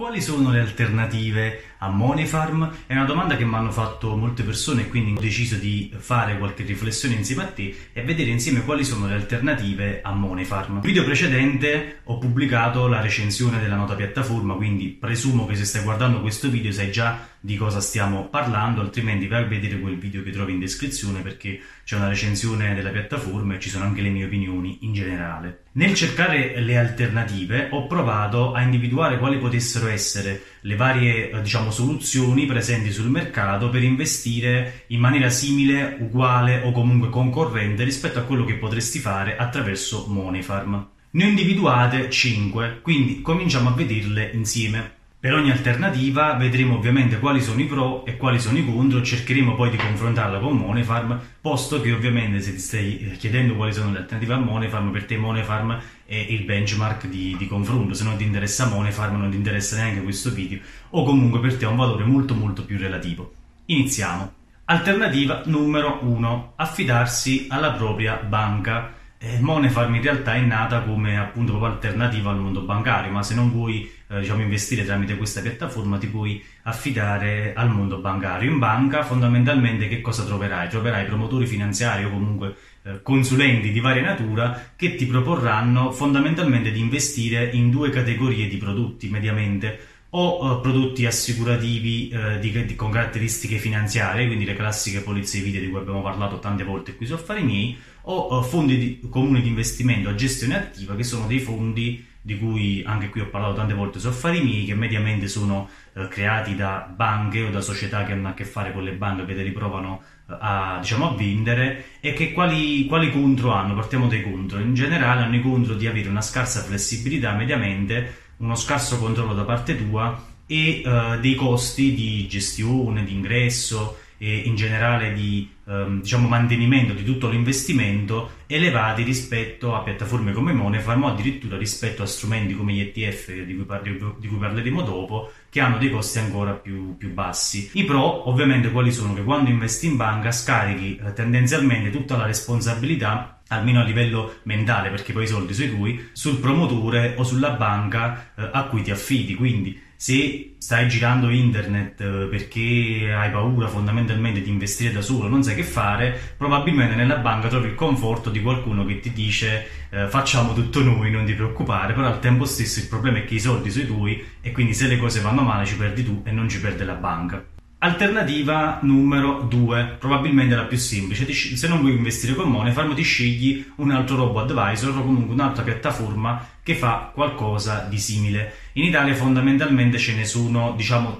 quali sono le alternative a Moneyfarm? È una domanda che mi hanno fatto molte persone e quindi ho deciso di fare qualche riflessione insieme a te e vedere insieme quali sono le alternative a Moneyfarm. Nel video precedente ho pubblicato la recensione della nota piattaforma, quindi presumo che se stai guardando questo video sai già di cosa stiamo parlando, altrimenti vai a vedere quel video che trovi in descrizione perché c'è una recensione della piattaforma e ci sono anche le mie opinioni in generale. Nel cercare le alternative ho provato a individuare quali potessero essere le varie soluzioni presenti sul mercato per investire in maniera simile, uguale o comunque concorrente rispetto a quello che potresti fare attraverso Moneyfarm. Ne ho individuate 5, quindi cominciamo a vederle insieme. Per ogni alternativa vedremo ovviamente quali sono i pro e quali sono i contro, cercheremo poi di confrontarla con Moneyfarm, posto che ovviamente se ti stai chiedendo quali sono le alternative a Moneyfarm, per te Moneyfarm è il benchmark di confronto. Se non ti interessa Moneyfarm non ti interessa neanche questo video, o comunque per te ha un valore molto più relativo. Iniziamo. Alternativa numero 1: affidarsi alla propria banca. Moneyfarm in realtà è nata come appunto proprio alternativa al mondo bancario, ma se non vuoi investire tramite questa piattaforma ti puoi affidare al mondo bancario. In banca fondamentalmente che cosa troverai? Troverai promotori finanziari o comunque consulenti di varia natura che ti proporranno fondamentalmente di investire in due categorie di prodotti mediamente, o prodotti assicurativi con caratteristiche finanziarie, quindi le classiche polizze vita di cui abbiamo parlato tante volte qui su Affari Miei, o fondi comuni di investimento a gestione attiva, che sono dei fondi di cui anche qui ho parlato tante volte su Affari Miei, che mediamente sono creati da banche o da società che hanno a che fare con le banche, che te li provano a vendere. E che quali contro hanno? Partiamo dai contro. In generale hanno i contro di avere una scarsa flessibilità mediamente, uno scarso controllo da parte tua e dei costi di gestione, di ingresso e in generale di mantenimento di tutto l'investimento elevati rispetto a piattaforme come Moneyfarm, o addirittura rispetto a strumenti come gli ETF di cui parleremo dopo, che hanno dei costi ancora più bassi. I pro ovviamente quali sono? Che quando investi in banca scarichi tendenzialmente tutta la responsabilità, almeno a livello mentale, perché poi i soldi sei tuoi, sul promotore o sulla banca a cui ti affidi. Quindi se stai girando internet perché hai paura fondamentalmente di investire da solo, non sai che fare, probabilmente nella banca trovi il conforto di qualcuno che ti dice facciamo tutto noi, non ti preoccupare, però al tempo stesso il problema è che i soldi sono i tuoi e quindi se le cose vanno male ci perdi tu e non ci perde la banca. Alternativa numero 2, probabilmente la più semplice: se non vuoi investire con Moneyfarm ti scegli un altro robo-advisor o comunque un'altra piattaforma che fa qualcosa di simile. In Italia fondamentalmente ce ne sono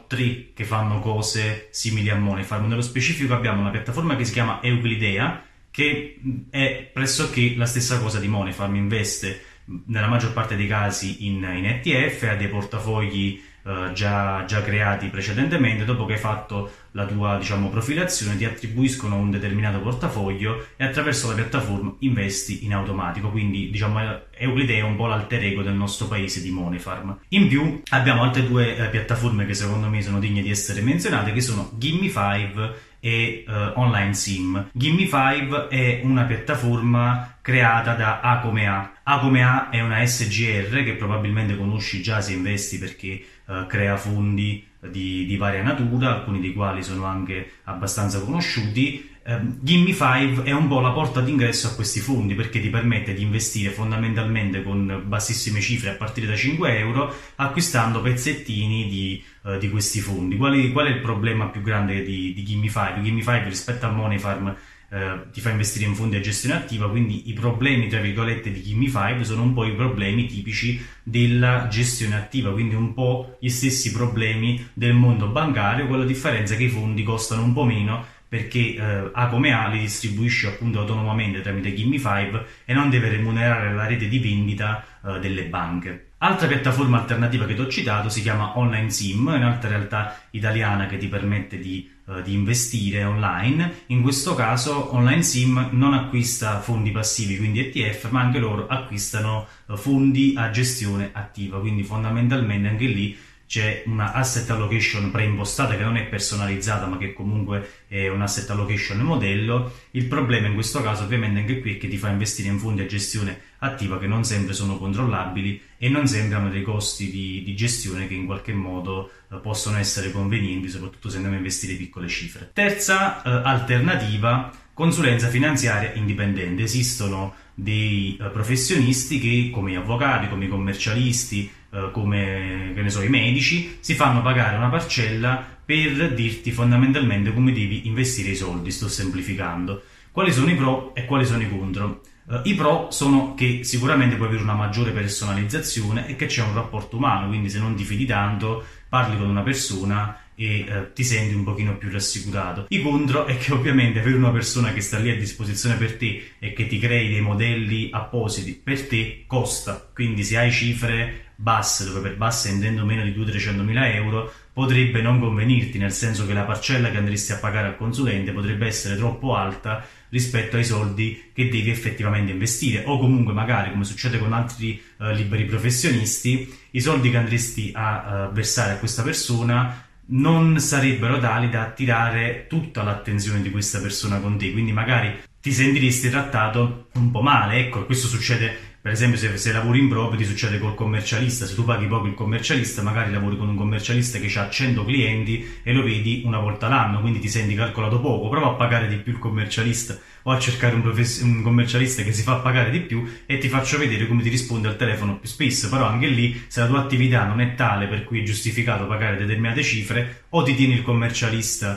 3 che fanno cose simili a Moneyfarm. Nello specifico abbiamo una piattaforma che si chiama Euclidea, che è pressoché la stessa cosa di Moneyfarm, investe nella maggior parte dei casi in ETF, ha dei portafogli già creati precedentemente. Dopo che hai fatto la tua profilazione ti attribuiscono un determinato portafoglio e attraverso la piattaforma investi in automatico. Quindi Euclidea è un po' l'alter ego del nostro paese di Moneyfarm. In più abbiamo altre 2 piattaforme che secondo me sono degne di essere menzionate, che sono Gimme5 e Online Sim. Gimme5 è una piattaforma creata da A come A. A come A è una SGR che probabilmente conosci già se investi, perché crea fondi di varia natura, alcuni dei quali sono anche abbastanza conosciuti. Gimme5 è un po' la porta d'ingresso a questi fondi, perché ti permette di investire fondamentalmente con bassissime cifre a partire da 5 euro, acquistando pezzettini di questi fondi. Qual è il problema più grande di Gimme5? Gimme5 rispetto a Moneyfarm ti fa investire in fondi a gestione attiva, quindi i problemi tra virgolette di Gimme5 sono un po' i problemi tipici della gestione attiva, quindi un po' gli stessi problemi del mondo bancario, con la differenza che i fondi costano un po' meno, perché A come A li distribuisce appunto autonomamente tramite Gimme5 e non deve remunerare la rete di vendita delle banche. Altra piattaforma alternativa che ti ho citato si chiama Online Sim, è un'altra realtà italiana che ti permette di investire online. In questo caso Online Sim non acquista fondi passivi, quindi ETF, ma anche loro acquistano fondi a gestione attiva, quindi fondamentalmente anche lì c'è una asset allocation preimpostata che non è personalizzata, ma che comunque è un asset allocation modello. Il problema in questo caso ovviamente anche qui è che ti fa investire in fondi a gestione attiva che non sempre sono controllabili e non sempre hanno dei costi di gestione che in qualche modo possono essere convenienti, soprattutto se andiamo a investire piccole cifre. Terza alternativa, consulenza finanziaria indipendente. Esistono dei professionisti che, come gli avvocati, come i commercialisti, come che ne so, i medici, si fanno pagare una parcella per dirti fondamentalmente come devi investire i soldi. Sto semplificando. Quali sono i pro e quali sono i contro? I pro sono che sicuramente puoi avere una maggiore personalizzazione e che c'è un rapporto umano, quindi se non ti fidi tanto parli con una persona e ti senti un pochino più rassicurato. I contro è che ovviamente avere una persona che sta lì a disposizione per te e che ti crei dei modelli appositi per te costa, quindi se hai cifre basse, dove per basse intendo meno di 200-300 mila euro, potrebbe non convenirti, nel senso che la parcella che andresti a pagare al consulente potrebbe essere troppo alta rispetto ai soldi che devi effettivamente investire, o comunque magari, come succede con altri liberi professionisti, i soldi che andresti a versare a questa persona non sarebbero tali da attirare tutta l'attenzione di questa persona con te, quindi magari ti sentiresti trattato un po' male. Ecco, questo succede per esempio se lavori in proprio, ti succede col commercialista. Se tu paghi poco il commercialista, magari lavori con un commercialista che ha 100 clienti e lo vedi una volta l'anno, quindi ti senti calcolato poco. Prova a pagare di più il commercialista o a cercare un commercialista che si fa pagare di più e ti faccio vedere come ti risponde al telefono più spesso. Però anche lì, se la tua attività non è tale per cui è giustificato pagare determinate cifre, o ti tieni il commercialista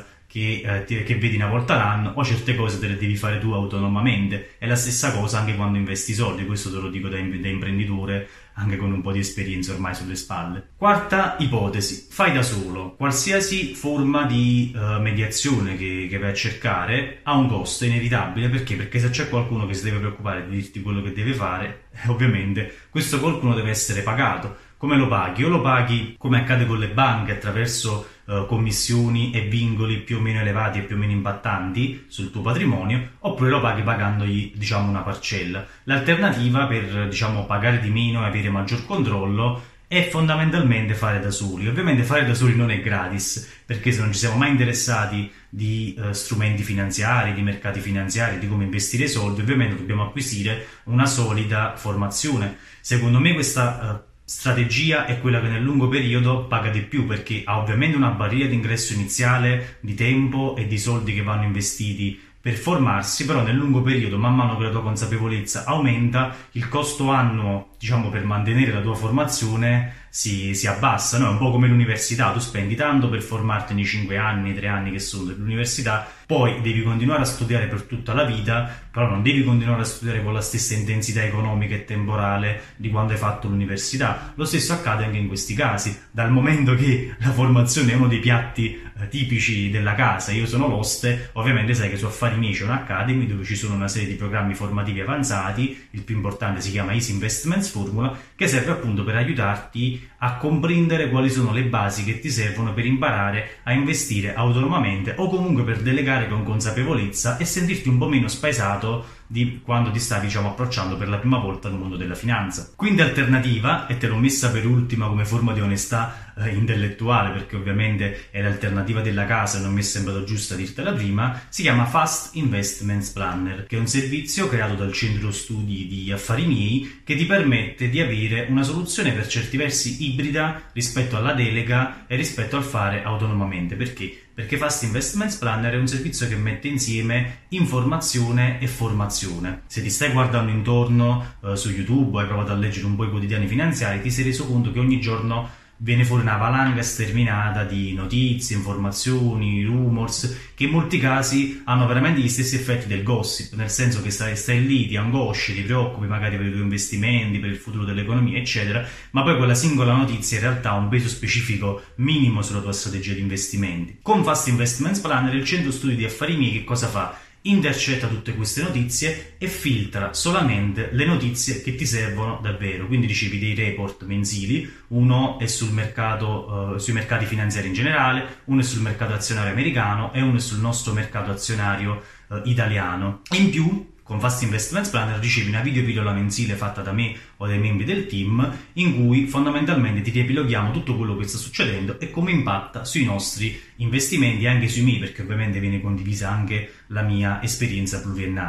che vedi una volta l'anno, o certe cose te le devi fare tu autonomamente. È la stessa cosa anche quando investi soldi, questo te lo dico da imprenditore, anche con un po' di esperienza ormai sulle spalle. Quarta ipotesi, fai da solo. Qualsiasi forma di mediazione che vai a cercare ha un costo inevitabile. Perché se c'è qualcuno che si deve preoccupare di dirti quello che deve fare, ovviamente questo qualcuno deve essere pagato. Come lo paghi? O lo paghi, come accade con le banche, attraverso commissioni e vincoli più o meno elevati e più o meno impattanti sul tuo patrimonio, oppure lo paghi pagandogli, diciamo, una parcella. L'alternativa per, diciamo, pagare di meno e avere maggior controllo è fondamentalmente fare da soli. Ovviamente fare da soli non è gratis, perché se non ci siamo mai interessati di strumenti finanziari, di mercati finanziari, di come investire soldi, ovviamente dobbiamo acquisire una solida formazione. Secondo me questa strategia è quella che nel lungo periodo paga di più, perché ha ovviamente una barriera d'ingresso iniziale di tempo e di soldi che vanno investiti per formarsi, però nel lungo periodo, man mano che la tua consapevolezza aumenta, il costo annuo, diciamo, per mantenere la tua formazione si abbassa, no? È un po' come l'università, tu spendi tanto per formarti nei 5 anni, 3 anni che sono dell'università, poi devi continuare a studiare per tutta la vita, però non devi continuare a studiare con la stessa intensità economica e temporale di quando hai fatto l'università. Lo stesso accade anche in questi casi, dal momento che la formazione è uno dei piatti tipici della casa. Io sono l'oste, ovviamente sai che su Affari Miei c'è un'Academy dove ci sono una serie di programmi formativi avanzati, il più importante si chiama Easy Investments Formula, che serve appunto per aiutarti a comprendere quali sono le basi che ti servono per imparare a investire autonomamente, o comunque per delegare con consapevolezza e sentirti un po' meno spaesato di quando ti stavi, diciamo, approcciando per la prima volta al mondo della finanza. Quindi alternativa, e te l'ho messa per ultima come forma di onestà intellettuale, perché ovviamente è l'alternativa della casa e non mi è sembrato giusto dirtela prima, si chiama Fast Investments Planner, che è un servizio creato dal centro studi di Affari Miei che ti permette di avere una soluzione per certi versi ibrida rispetto alla delega e rispetto al fare autonomamente. Perché? Perché Fast Investments Planner è un servizio che mette insieme informazione e formazione. Se ti stai guardando intorno su YouTube o hai provato a leggere un po' i quotidiani finanziari, ti sei reso conto che ogni giorno viene fuori una valanga sterminata di notizie, informazioni, rumors, che in molti casi hanno veramente gli stessi effetti del gossip, nel senso che stai lì, ti angosci, ti preoccupi magari per i tuoi investimenti, per il futuro dell'economia, eccetera, ma poi quella singola notizia in realtà ha un peso specifico minimo sulla tua strategia di investimenti. Con Fast Investments Planner il centro studi di Affari Miei che cosa fa? Intercetta tutte queste notizie e filtra solamente le notizie che ti servono davvero. Quindi ricevi dei report mensili, uno è sul mercato, sui mercati finanziari in generale, uno è sul mercato azionario americano e uno è sul nostro mercato azionario italiano. In più, con Fast Investments Planner ricevi una videopillola mensile fatta da me o dai membri del team, in cui fondamentalmente ti riepiloghiamo tutto quello che sta succedendo e come impatta sui nostri investimenti e anche sui miei, perché ovviamente viene condivisa anche la mia esperienza pluriennale.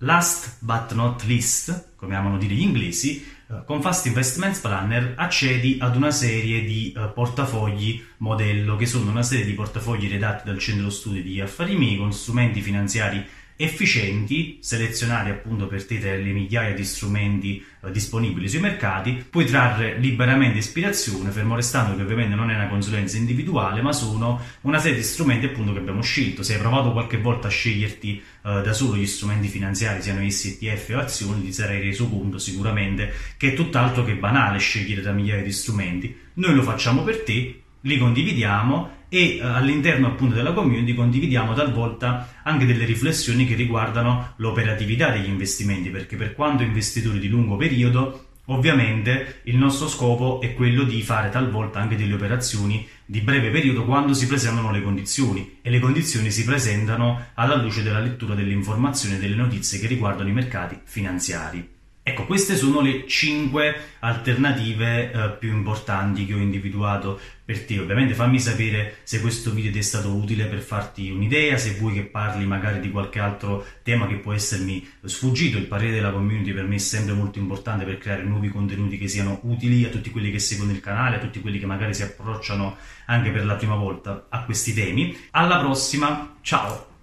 Last but not least, come amano dire gli inglesi, con Fast Investments Planner accedi ad una serie di portafogli modello, che sono una serie di portafogli redatti dal centro studi di affari miei con strumenti finanziari efficienti, selezionati appunto per te tra le migliaia di strumenti disponibili sui mercati. Puoi trarre liberamente ispirazione, fermo restando che ovviamente non è una consulenza individuale, ma sono una serie di strumenti appunto che abbiamo scelto. Se hai provato qualche volta a sceglierti da solo gli strumenti finanziari, siano essi ETF o azioni, ti sarai reso conto sicuramente che è tutt'altro che banale scegliere tra migliaia di strumenti. Noi lo facciamo per te, li condividiamo e all'interno appunto della community condividiamo talvolta anche delle riflessioni che riguardano l'operatività degli investimenti, perché per quanto investitori di lungo periodo, ovviamente il nostro scopo è quello di fare talvolta anche delle operazioni di breve periodo quando si presentano le condizioni, e le condizioni si presentano alla luce della lettura delle informazioni e delle notizie che riguardano i mercati finanziari. Ecco, queste sono le 5 alternative più importanti che ho individuato per te. Ovviamente fammi sapere se questo video ti è stato utile per farti un'idea, se vuoi che parli magari di qualche altro tema che può essermi sfuggito. Il parere della community per me è sempre molto importante per creare nuovi contenuti che siano utili a tutti quelli che seguono il canale, a tutti quelli che magari si approcciano anche per la prima volta a questi temi. Alla prossima, ciao!